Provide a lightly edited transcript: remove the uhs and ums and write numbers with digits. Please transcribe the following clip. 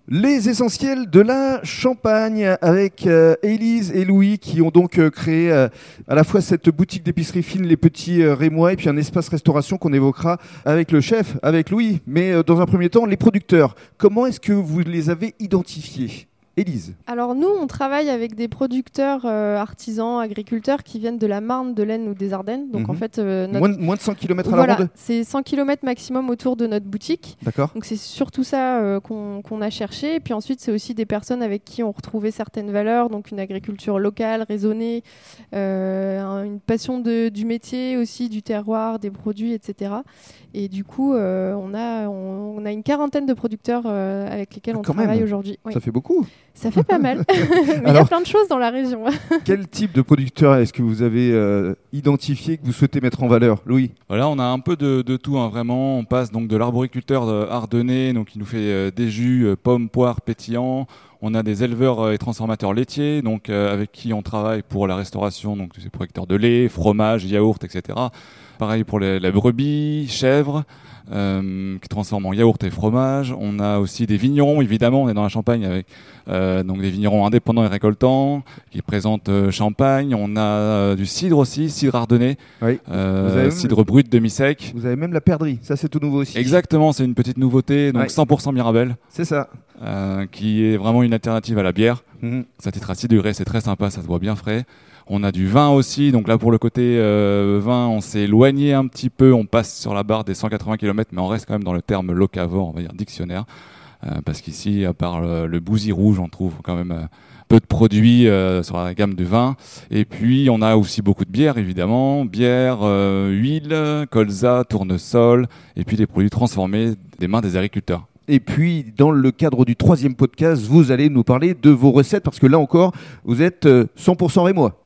Les essentiels de la Champagne avec Élise et Louis qui ont donc créé à la fois cette boutique d'épicerie fine Les Petits Rémois et puis un espace restauration qu'on évoquera avec le chef, avec Louis. Mais dans un premier temps, les producteurs, comment est-ce que vous les avez identifiés ? Élise. Alors nous, on travaille avec des producteurs artisans, agriculteurs qui viennent de la Marne, de l'Aisne ou des Ardennes. Donc en fait, moins de 100 km à la ronde. C'est 100 km maximum autour de notre boutique. D'accord. Donc c'est surtout ça qu'on a cherché. Et puis ensuite, c'est aussi des personnes avec qui on retrouvait certaines valeurs, donc une agriculture locale, raisonnée, une passion du métier aussi, du terroir, des produits, etc. Et du coup, on a une quarantaine de producteurs avec lesquels on travaille aujourd'hui. Oui. Ça fait beaucoup. Ça fait pas mal. Mais il y a plein de choses dans la région. Quel type de producteur est-ce que vous avez identifié, que vous souhaitez mettre en valeur, Louis ? Voilà, on a un peu de tout, hein, vraiment. On passe donc de l'arboriculteur ardennais, donc qui nous fait des jus, pommes, poires, pétillants. On a des éleveurs et transformateurs laitiers, donc avec qui on travaille pour la restauration, donc ces producteurs de lait, fromage, yaourt, etc. Pareil pour la brebis, chèvres, qui transforment en yaourt et fromage. On a aussi des vignerons, évidemment, on est dans la Champagne avec donc des vignerons indépendants et récoltants qui présentent champagne. On a du cidre aussi, cidre ardennais, oui. Cidre brut demi-sec. Vous avez même la perdrix, ça c'est tout nouveau aussi. Exactement, c'est une petite nouveauté, donc 100% Mirabelle. C'est ça. Qui est vraiment une alternative à la bière. Ça titre à 6 degrés, c'est très sympa, ça se boit bien frais. On a du vin aussi, donc là pour le côté vin, on s'est éloigné un petit peu, on passe sur la barre des 180 km, mais on reste quand même dans le terme locavore, on va dire dictionnaire, parce qu'ici, à part le bousy rouge, on trouve quand même peu de produits sur la gamme du vin. Et puis on a aussi beaucoup de bière, évidemment, bière, huile, colza, tournesol, et puis des produits transformés des mains des agriculteurs. Et puis, dans le cadre du 3e podcast, vous allez nous parler de vos recettes, parce que là encore, vous êtes 100% rémois.